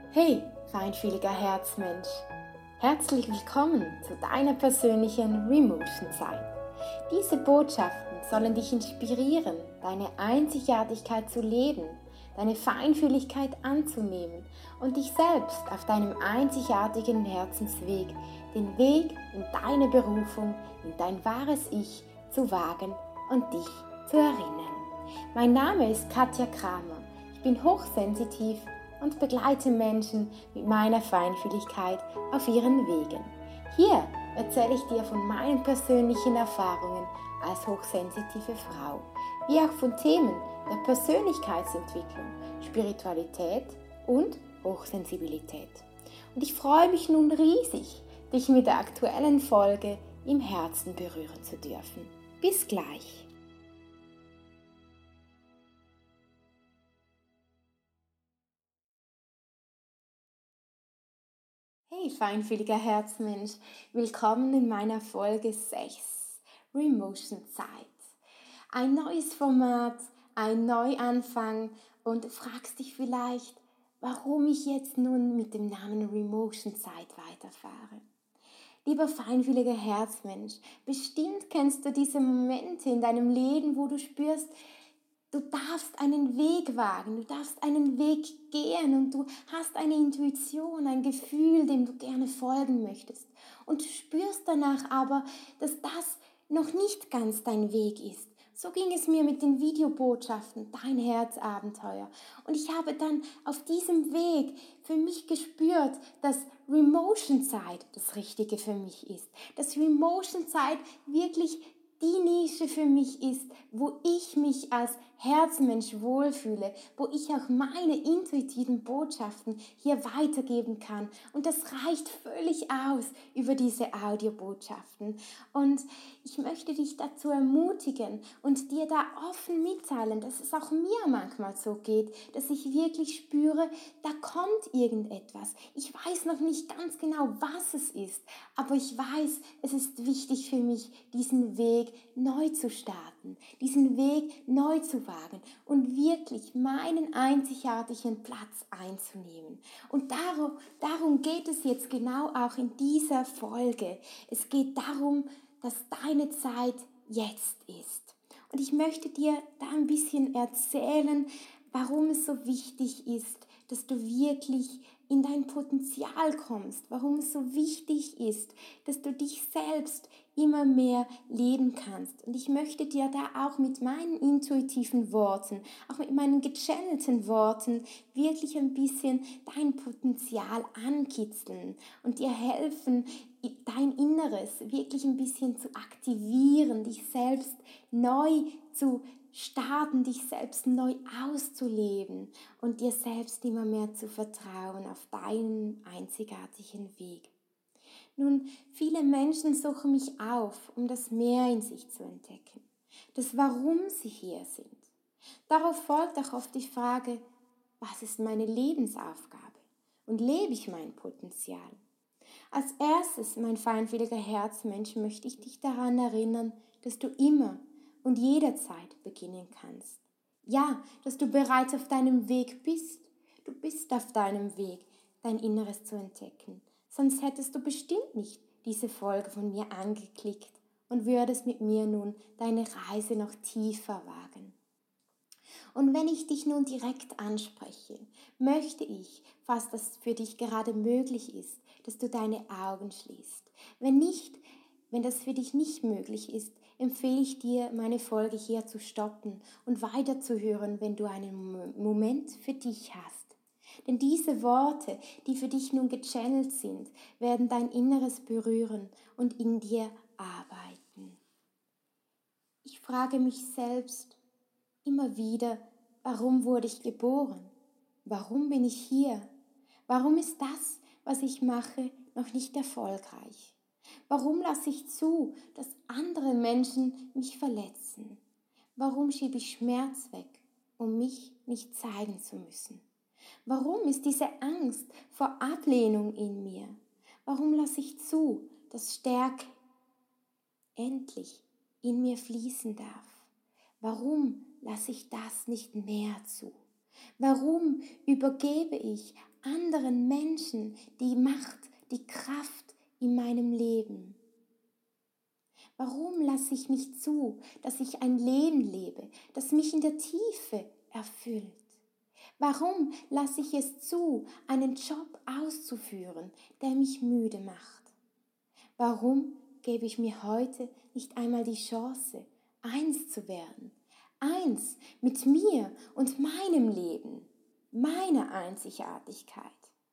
Hey, feinfühliger Herzmensch, herzlich willkommen zu deiner persönlichen Remotion-Zeit. Diese Botschaften sollen dich inspirieren, deine Einzigartigkeit zu leben, deine Feinfühligkeit anzunehmen und dich selbst auf deinem einzigartigen Herzensweg, den Weg in deine Berufung, in dein wahres Ich zu wagen und dich zu erinnern. Mein Name ist Katja Kramer, ich bin hochsensitiv und begleite Menschen mit meiner Feinfühligkeit auf ihren Wegen. Hier erzähle ich dir von meinen persönlichen Erfahrungen als hochsensitive Frau, wie auch von Themen der Persönlichkeitsentwicklung, Spiritualität und Hochsensibilität. Und ich freue mich nun riesig, dich mit der aktuellen Folge im Herzen berühren zu dürfen. Bis gleich! Hey, feinfühliger Herzmensch, willkommen in meiner Folge 6, Remotion Zeit. Ein neues Format, ein Neuanfang und fragst dich vielleicht, warum ich jetzt nun mit dem Namen Remotion Zeit weiterfahre. Lieber feinfühliger Herzmensch, bestimmt kennst du diese Momente in deinem Leben, wo du spürst, du darfst einen Weg wagen, du darfst einen Weg gehen und du hast eine Intuition, ein Gefühl, dem du gerne folgen möchtest. Und du spürst danach aber, dass das noch nicht ganz dein Weg ist. So ging es mir mit den Videobotschaften, dein Herzabenteuer. Und ich habe dann auf diesem Weg für mich gespürt, dass Remotion-Zeit das Richtige für mich ist. Dass Remotion-Zeit wirklich die Nische für mich ist, wo ich mich als Herzmensch wohlfühle, wo ich auch meine intuitiven Botschaften hier weitergeben kann. Und das reicht völlig aus über diese Audiobotschaften. Und ich möchte dich dazu ermutigen und dir da offen mitteilen, dass es auch mir manchmal so geht, dass ich wirklich spüre, da kommt irgendetwas. Ich weiß noch nicht ganz genau, was es ist, aber ich weiß, es ist wichtig für mich, diesen Weg neu zu starten, diesen Weg neu zu wagen und wirklich meinen einzigartigen Platz einzunehmen. Und darum geht es jetzt genau auch in dieser Folge. Es geht darum, dass deine Zeit jetzt ist. Und ich möchte dir da ein bisschen erzählen, warum es so wichtig ist, dass du wirklich in dein Potenzial kommst, warum es so wichtig ist, dass du dich selbst immer mehr leben kannst. Und ich möchte dir da auch mit meinen intuitiven Worten, auch mit meinen gechannelten Worten wirklich ein bisschen dein Potenzial ankitzeln und dir helfen, dein Inneres wirklich ein bisschen zu aktivieren, dich selbst neu zu starten, dich selbst neu auszuleben und dir selbst immer mehr zu vertrauen auf deinen einzigartigen Weg. Nun, viele Menschen suchen mich auf, um das Mehr in sich zu entdecken, das Warum sie hier sind. Darauf folgt auch oft die Frage, was ist meine Lebensaufgabe und lebe ich mein Potenzial? Als erstes, mein feinfühliger Herzmensch, möchte ich dich daran erinnern, dass du immer und jederzeit beginnen kannst. Ja, dass du bereits auf deinem Weg bist. Du bist auf deinem Weg, dein Inneres zu entdecken. Sonst hättest du bestimmt nicht diese Folge von mir angeklickt und würdest mit mir nun deine Reise noch tiefer wagen. Und wenn ich dich nun direkt anspreche, möchte ich, falls das für dich gerade möglich ist, dass du deine Augen schließt. Wenn nicht, wenn das für dich nicht möglich ist, empfehle ich dir, meine Folge hier zu stoppen und weiterzuhören, wenn du einen Moment für dich hast. Denn diese Worte, die für dich nun gechannelt sind, werden dein Inneres berühren und in dir arbeiten. Ich frage mich selbst immer wieder, warum wurde ich geboren? Warum bin ich hier? Warum ist das, was ich mache, noch nicht erfolgreich? Warum lasse ich zu, dass andere Menschen mich verletzen? Warum schiebe ich Schmerz weg, um mich nicht zeigen zu müssen? Warum ist diese Angst vor Ablehnung in mir? Warum lasse ich zu, dass Stärke endlich in mir fließen darf? Warum lasse ich das nicht mehr zu? Warum übergebe ich anderen Menschen die Macht, die Kraft in meinem Leben? Warum lasse ich nicht zu, dass ich ein Leben lebe, das mich in der Tiefe erfüllt? Warum lasse ich es zu, einen Job auszuführen, der mich müde macht? Warum gebe ich mir heute nicht einmal die Chance, eins zu werden? Eins mit mir und meinem Leben, meiner Einzigartigkeit.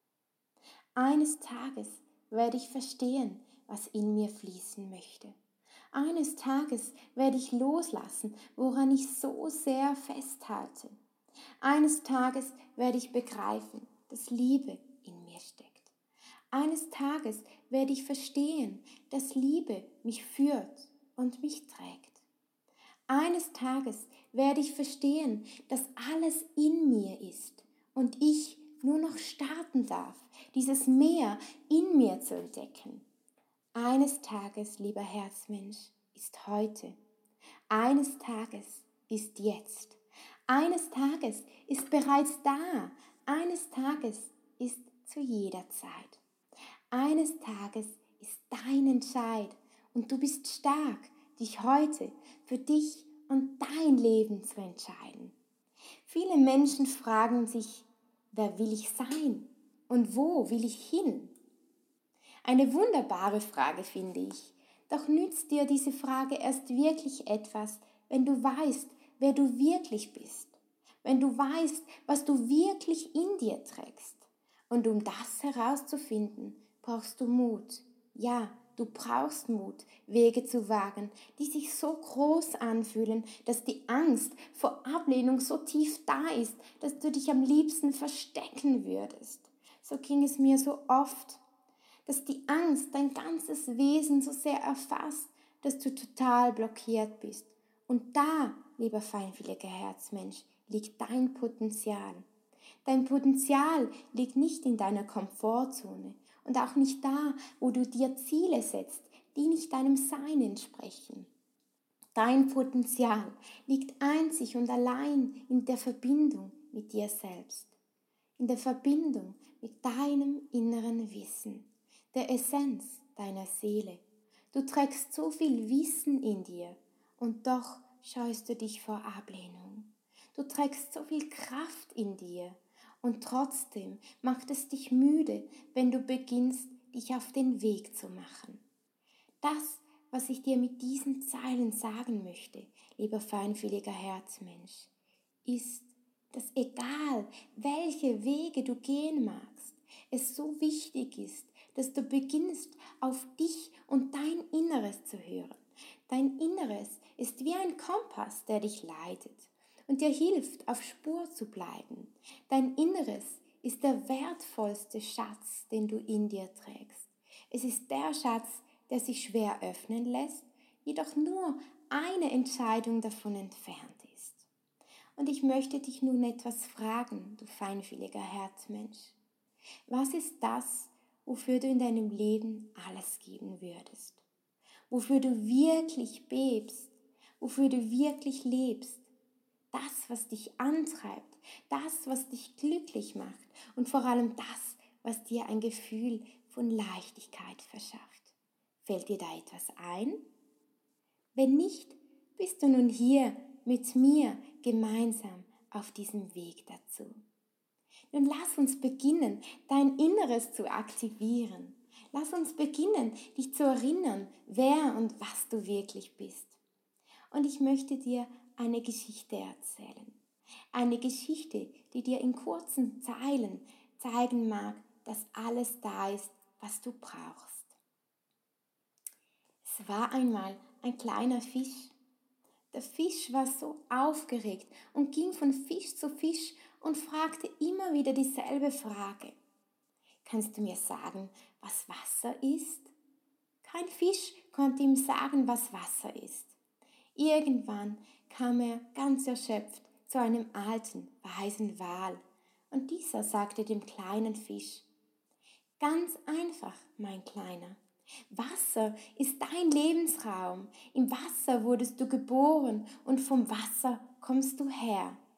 Eines Tages werde ich verstehen, was in mir fließen möchte. Eines Tages werde ich loslassen, woran ich so sehr festhalte. Eines Tages werde ich begreifen, dass Liebe in mir steckt. Eines Tages werde ich verstehen, dass Liebe mich führt und mich trägt. Eines Tages werde ich verstehen, dass alles in mir ist und ich nur noch starten darf, dieses Meer in mir zu entdecken. Eines Tages, lieber Herzmensch, ist heute. Eines Tages ist jetzt. Eines Tages ist bereits da. Eines Tages ist zu jeder Zeit. Eines Tages ist dein Entscheid und du bist stark, dich heute für dich und dein Leben zu entscheiden. Viele Menschen fragen sich, wer will ich sein und wo will ich hin? Eine wunderbare Frage, finde ich. Doch nützt dir diese Frage erst wirklich etwas, wenn du weißt, wer du wirklich bist. Wenn du weißt, was du wirklich in dir trägst. Und um das herauszufinden, brauchst du Mut. Ja, du brauchst Mut, Wege zu wagen, die sich so groß anfühlen, dass die Angst vor Ablehnung so tief da ist, dass du dich am liebsten verstecken würdest. So ging es mir so oft, dass die Angst dein ganzes Wesen so sehr erfasst, dass du total blockiert bist. Und da, lieber feinfühliger Herzmensch, liegt dein Potenzial. Dein Potenzial liegt nicht in deiner Komfortzone und auch nicht da, wo du dir Ziele setzt, die nicht deinem Sein entsprechen. Dein Potenzial liegt einzig und allein in der Verbindung mit dir selbst, in der Verbindung mit deinem inneren Wissen, der Essenz deiner Seele. Du trägst so viel Wissen in dir und doch scheust du dich vor Ablehnung. Du trägst so viel Kraft in dir und trotzdem macht es dich müde, wenn du beginnst, dich auf den Weg zu machen. Das, was ich dir mit diesen Zeilen sagen möchte, lieber feinfühliger Herzmensch, ist, dass egal welche Wege du gehen magst, es so wichtig ist, dass du beginnst, auf dich und dein Inneres zu hören. Dein Inneres ist wie ein Kompass, der dich leitet und dir hilft, auf Spur zu bleiben. Dein Inneres ist der wertvollste Schatz, den du in dir trägst. Es ist der Schatz, der sich schwer öffnen lässt, jedoch nur eine Entscheidung davon entfernt ist. Und ich möchte dich nun etwas fragen, du feinfühliger Herzmensch. Was ist das, wofür du in deinem Leben alles geben würdest? Wofür du wirklich bebst? Wofür du wirklich lebst? Das, was dich antreibt, das, was dich glücklich macht und vor allem das, was dir ein Gefühl von Leichtigkeit verschafft. Fällt dir da etwas ein? Wenn nicht, bist du nun hier mit mir gemeinsam auf diesem Weg dazu. Nun lass uns beginnen, dein Inneres zu aktivieren. Lass uns beginnen, dich zu erinnern, wer und was du wirklich bist. Und ich möchte dir eine Geschichte erzählen. Eine Geschichte, die dir in kurzen Zeilen zeigen mag, dass alles da ist, was du brauchst. Es war einmal ein kleiner Fisch. Der Fisch war so aufgeregt und ging von Fisch zu Fisch und fragte immer wieder dieselbe Frage. Kannst du mir sagen, was Wasser ist? Kein Fisch konnte ihm sagen, was Wasser ist. Irgendwann kam er ganz erschöpft zu einem alten, weisen Wal und dieser sagte dem kleinen Fisch, ganz einfach, mein Kleiner. Wasser ist dein Lebensraum. Im Wasser wurdest du geboren und vom Wasser kommst du her.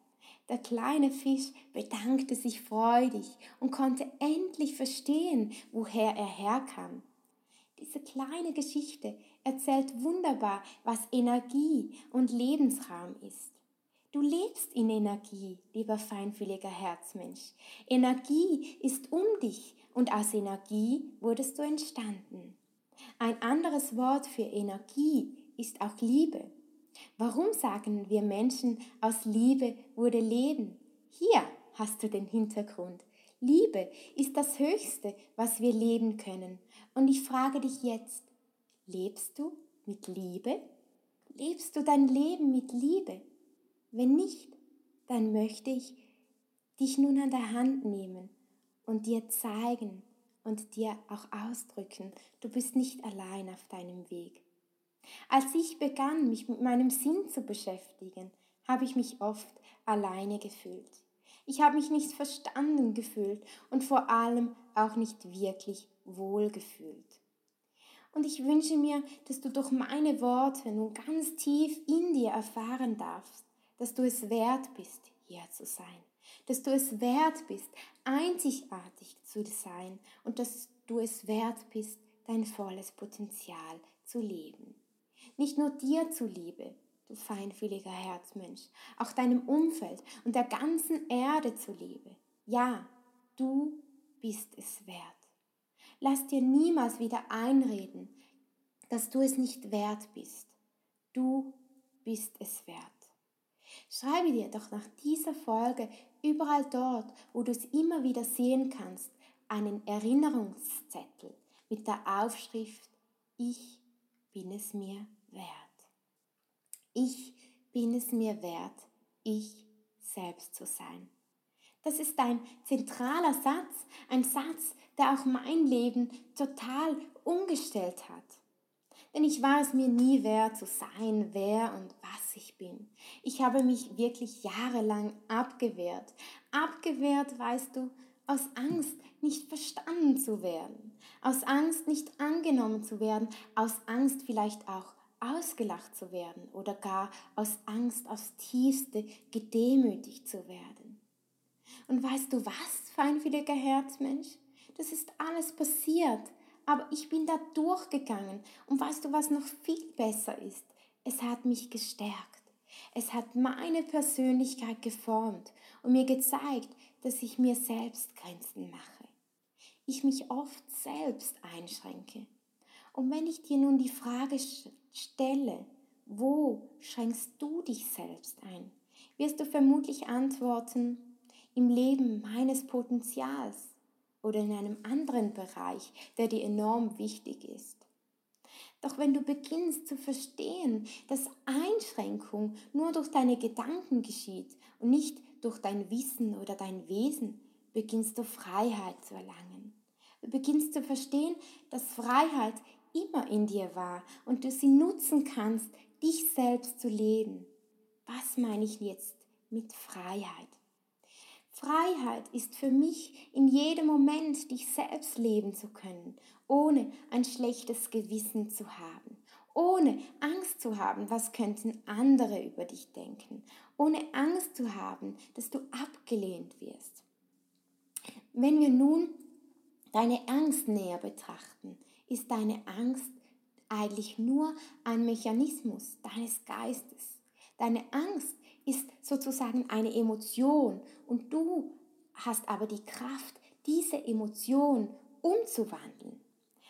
Der kleine Fisch bedankte sich freudig und konnte endlich verstehen, woher er herkam. Diese kleine Geschichte erzählt wunderbar, was Energie und Lebensraum ist. Du lebst in Energie, lieber feinfühliger Herzmensch. Energie ist um dich und aus Energie wurdest du entstanden. Ein anderes Wort für Energie ist auch Liebe. Warum sagen wir Menschen, aus Liebe wurde Leben? Hier hast du den Hintergrund. Liebe ist das Höchste, was wir leben können. Und ich frage dich jetzt, lebst du mit Liebe? Lebst du dein Leben mit Liebe? Wenn nicht, dann möchte ich dich nun an der Hand nehmen und dir zeigen und dir auch ausdrücken, du bist nicht allein auf deinem Weg. Als ich begann, mich mit meinem Sinn zu beschäftigen, habe ich mich oft alleine gefühlt. Ich habe mich nicht verstanden gefühlt und vor allem auch nicht wirklich wohl gefühlt. Und ich wünsche mir, dass du durch meine Worte nun ganz tief in dir erfahren darfst, dass du es wert bist, hier zu sein. Dass du es wert bist, einzigartig zu sein und dass du es wert bist, dein volles Potenzial zu leben. Nicht nur dir zuliebe, du feinfühliger Herzmensch, auch deinem Umfeld und der ganzen Erde zuliebe. Ja, du bist es wert. Lass dir niemals wieder einreden, dass du es nicht wert bist. Du bist es wert. Schreibe dir doch nach dieser Folge überall dort, wo du es immer wieder sehen kannst, einen Erinnerungszettel mit der Aufschrift Ich bin es mir wert. Ich bin es mir wert, ich selbst zu sein. Das ist ein zentraler Satz, ein Satz, der auch mein Leben total umgestellt hat. Denn ich war es mir nie wert zu sein, wer und was ich bin. Ich habe mich wirklich jahrelang abgewehrt. Abgewehrt, weißt du, aus Angst, nicht verstanden zu werden. Aus Angst, nicht angenommen zu werden. Aus Angst, vielleicht auch ausgelacht zu werden. Oder gar aus Angst, aufs Tiefste gedemütigt zu werden. Und weißt du was, feinfühliger Herzmensch? Das ist alles passiert, aber ich bin da durchgegangen. Und weißt du, was noch viel besser ist? Es hat mich gestärkt. Es hat meine Persönlichkeit geformt und mir gezeigt, dass ich mir selbst Grenzen mache. Ich mich oft selbst einschränke. Und wenn ich dir nun die Frage stelle, wo schränkst du dich selbst ein, wirst du vermutlich antworten, im Leben meines Potenzials oder in einem anderen Bereich, der dir enorm wichtig ist. Doch wenn du beginnst zu verstehen, dass Einschränkung nur durch deine Gedanken geschieht und nicht durch dein Wissen oder dein Wesen, beginnst du Freiheit zu erlangen. Du beginnst zu verstehen, dass Freiheit immer in dir war und du sie nutzen kannst, dich selbst zu leben. Was meine ich jetzt mit Freiheit? Freiheit ist für mich, in jedem Moment dich selbst leben zu können, ohne ein schlechtes Gewissen zu haben, ohne Angst zu haben, was könnten andere über dich denken, ohne Angst zu haben, dass du abgelehnt wirst. Wenn wir nun deine Angst näher betrachten, ist deine Angst eigentlich nur ein Mechanismus deines Geistes. Deine Angst ist sozusagen eine Emotion und du hast aber die Kraft, diese Emotion umzuwandeln.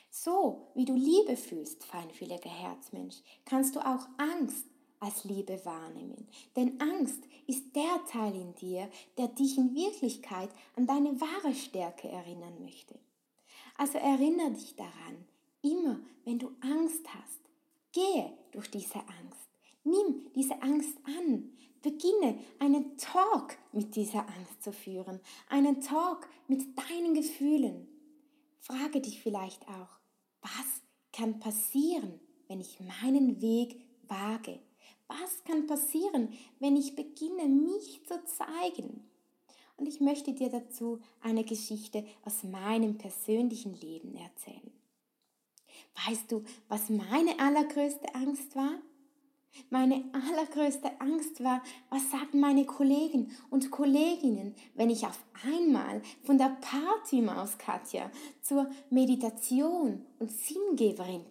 So wie du Liebe fühlst, feinfühliger Herzmensch, kannst du auch Angst als Liebe wahrnehmen. Denn Angst ist der Teil in dir, der dich in Wirklichkeit an deine wahre Stärke erinnern möchte. Also erinnere dich daran, immer wenn du Angst hast, gehe durch diese Angst. Nimm diese Angst an. Beginne einen Talk mit dieser Angst zu führen. Einen Talk mit deinen Gefühlen. Frage dich vielleicht auch, was kann passieren, wenn ich meinen Weg wage? Was kann passieren, wenn ich beginne, mich zu zeigen? Und ich möchte dir dazu eine Geschichte aus meinem persönlichen Leben erzählen. Weißt du, was meine allergrößte Angst war? Meine allergrößte Angst war, was sagen meine Kollegen und Kolleginnen, wenn ich auf einmal von der Partymaus Katja zur Meditation und Sinngeberin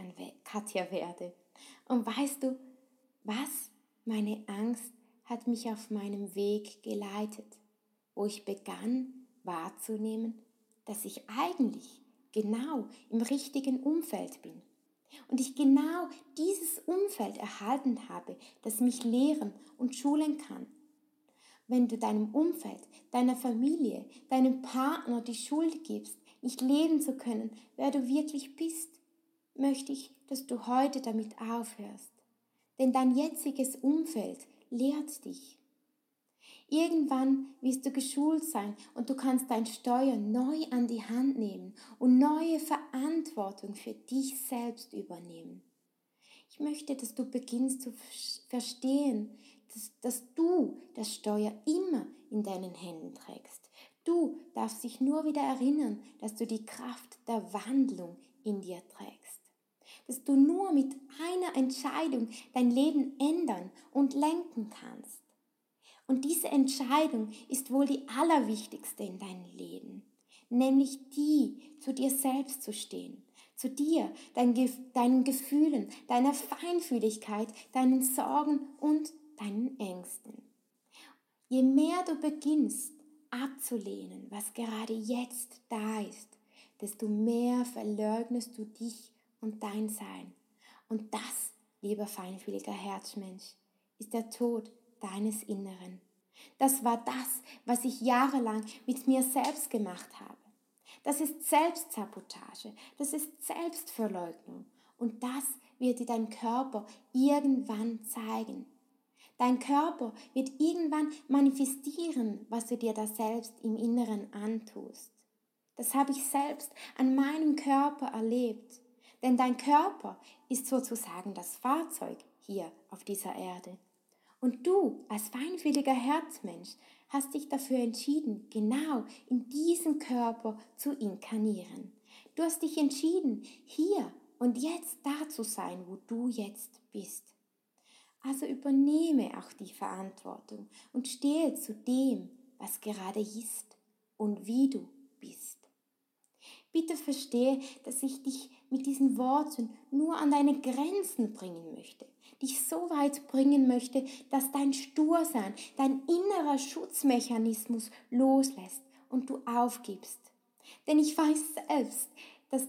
Katja werde. Und weißt du, was? Meine Angst hat mich auf meinem Weg geleitet, wo ich begann wahrzunehmen, dass ich eigentlich genau im richtigen Umfeld bin und ich genau dieses Umfeld erhalten habe, das mich lehren und schulen kann. Wenn du deinem Umfeld, deiner Familie, deinem Partner die Schuld gibst, nicht leben zu können, wer du wirklich bist, möchte ich, dass du heute damit aufhörst. Denn dein jetziges Umfeld lehrt dich. Irgendwann wirst du geschult sein und du kannst dein Steuer neu an die Hand nehmen und neue Verantwortung für dich selbst übernehmen. Ich möchte, dass du beginnst zu verstehen, dass du das Steuer immer in deinen Händen trägst. Du darfst dich nur wieder erinnern, dass du die Kraft der Wandlung in dir trägst. Dass du nur mit einer Entscheidung dein Leben ändern und lenken kannst. Und diese Entscheidung ist wohl die allerwichtigste in deinem Leben, nämlich die, zu dir selbst zu stehen, zu dir, deinen Gefühlen, deiner Feinfühligkeit, deinen Sorgen und deinen Ängsten. Je mehr du beginnst abzulehnen, was gerade jetzt da ist, desto mehr verleugnest du dich und dein Sein. Und das, lieber feinfühliger Herzmensch, ist der Tod deines Inneren. Das war das, was ich jahrelang mit mir selbst gemacht habe. Das ist Selbstsabotage, das ist Selbstverleugnung und das wird dir dein Körper irgendwann zeigen. Dein Körper wird irgendwann manifestieren, was du dir da selbst im Inneren antust. Das habe ich selbst an meinem Körper erlebt. Denn dein Körper ist sozusagen das Fahrzeug hier auf dieser Erde. Und du als feinfühliger Herzmensch hast dich dafür entschieden, genau in diesen Körper zu inkarnieren. Du hast dich entschieden, hier und jetzt da zu sein, wo du jetzt bist. Also übernehme auch die Verantwortung und stehe zu dem, was gerade ist und wie du bist. Bitte verstehe, dass ich dich mit diesen Worten nur an deine Grenzen bringen möchte, dich so weit bringen möchte, dass dein Stursein, dein innerer Schutzmechanismus loslässt und du aufgibst. Denn ich weiß selbst, dass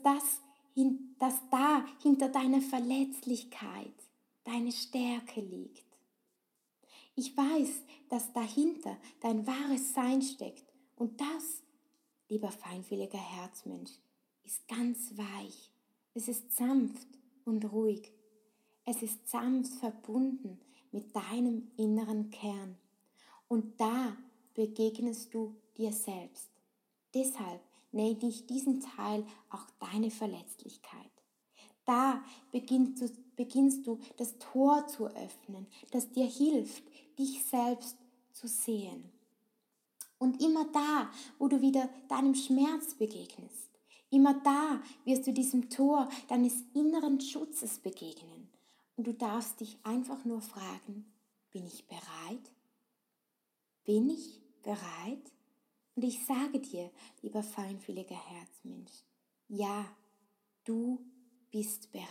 da hinter deiner Verletzlichkeit deine Stärke liegt. Ich weiß, dass dahinter dein wahres Sein steckt und das, lieber feinfühliger Herzmensch, ist ganz weich. Es ist sanft und ruhig. Es ist sanft verbunden mit deinem inneren Kern. Und da begegnest du dir selbst. Deshalb nenne ich diesen Teil auch deine Verletzlichkeit. Da beginnst du das Tor zu öffnen, das dir hilft, dich selbst zu sehen. Und immer da, wo du wieder deinem Schmerz begegnest, immer da wirst du diesem Tor deines inneren Schutzes begegnen. Und du darfst dich einfach nur fragen, bin ich bereit? Bin ich bereit? Und ich sage dir, lieber feinfühliger Herzmensch, ja, du bist bereit.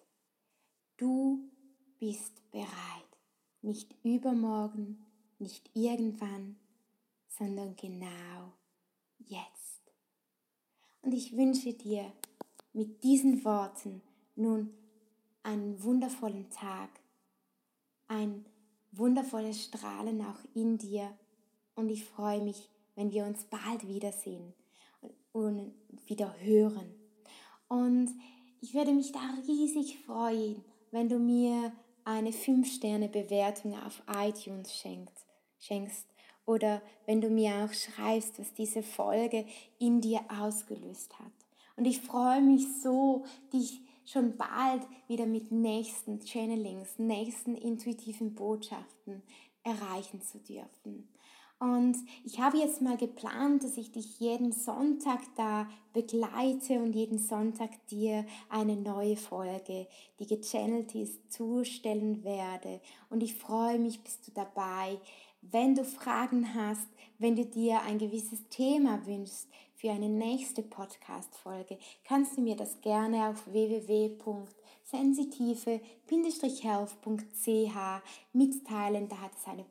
Du bist bereit. Nicht übermorgen, nicht irgendwann, sondern genau jetzt. Und ich wünsche dir mit diesen Worten nun einen wundervollen Tag, ein wundervolles Strahlen auch in dir und ich freue mich, wenn wir uns bald wiedersehen und wieder hören. Und ich würde mich da riesig freuen, wenn du mir eine 5-Sterne-Bewertung auf iTunes schenkst oder wenn du mir auch schreibst, was diese Folge in dir ausgelöst hat. Und ich freue mich so, dich schon bald wieder mit nächsten Channelings, nächsten intuitiven Botschaften erreichen zu dürfen. Und ich habe jetzt mal geplant, dass ich dich jeden Sonntag da begleite und jeden Sonntag dir eine neue Folge, die gechannelt ist, zustellen werde. Und ich freue mich, bist du dabei. Wenn du Fragen hast, wenn du dir ein gewisses Thema wünschst für eine nächste Podcast-Folge, kannst du mir das gerne auf www.sensitive-health.ch mitteilen. Da hat es eine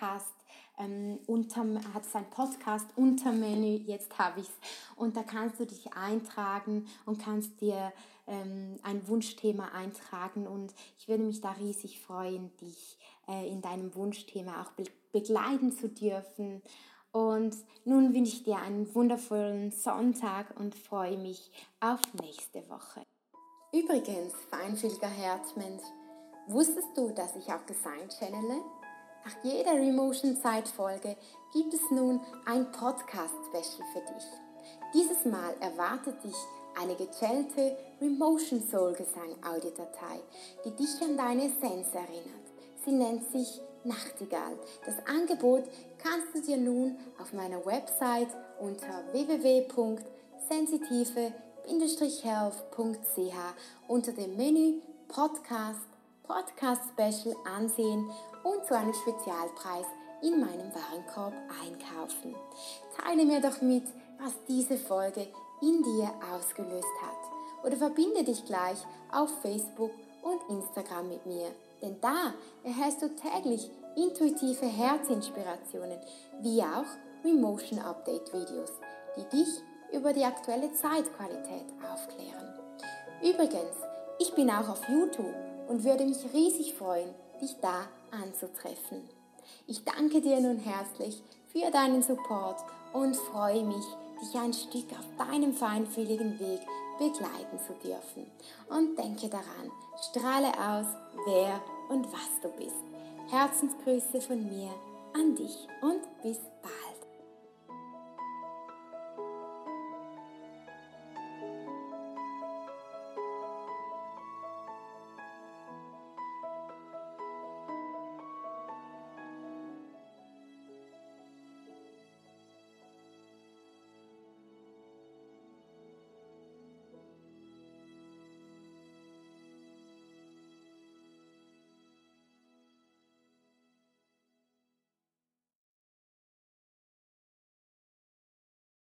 Podcast-Untermenü, jetzt habe ich es. Und da kannst du dich eintragen und kannst dir ein Wunschthema eintragen. Und ich würde mich da riesig freuen, dich in deinem Wunschthema auch begleiten zu dürfen. Und nun wünsche ich dir einen wundervollen Sonntag und freue mich auf nächste Woche. Übrigens, feinfühliger Herzmensch, wusstest du, dass ich auch Design channele? Nach jeder Remotion-Zeit-Folge gibt es nun ein Podcast-Special für dich. Dieses Mal erwartet dich eine gechannelte Remotion Soul Gesang Audiodatei, die dich an deine Essenz erinnert. Sie nennt sich Nachtigall. Das Angebot kannst du dir nun auf meiner Website unter www.sensitive-health.ch unter dem Menü Podcast Special ansehen und zu einem Spezialpreis in meinem Warenkorb einkaufen. Teile mir doch mit, was diese Folge in dir ausgelöst hat. Oder verbinde dich gleich auf Facebook und Instagram mit mir. Denn da erhältst du täglich intuitive Herzinspirationen, wie auch Remotion Update Videos, die dich über die aktuelle Zeitqualität aufklären. Übrigens, ich bin auch auf YouTube und würde mich riesig freuen, dich da anzutreffen. Ich danke dir nun herzlich für deinen Support und freue mich, dich ein Stück auf deinem feinfühligen Weg begleiten zu dürfen. Und denke daran, strahle aus, wer und was du bist. Herzensgrüße von mir an dich und bis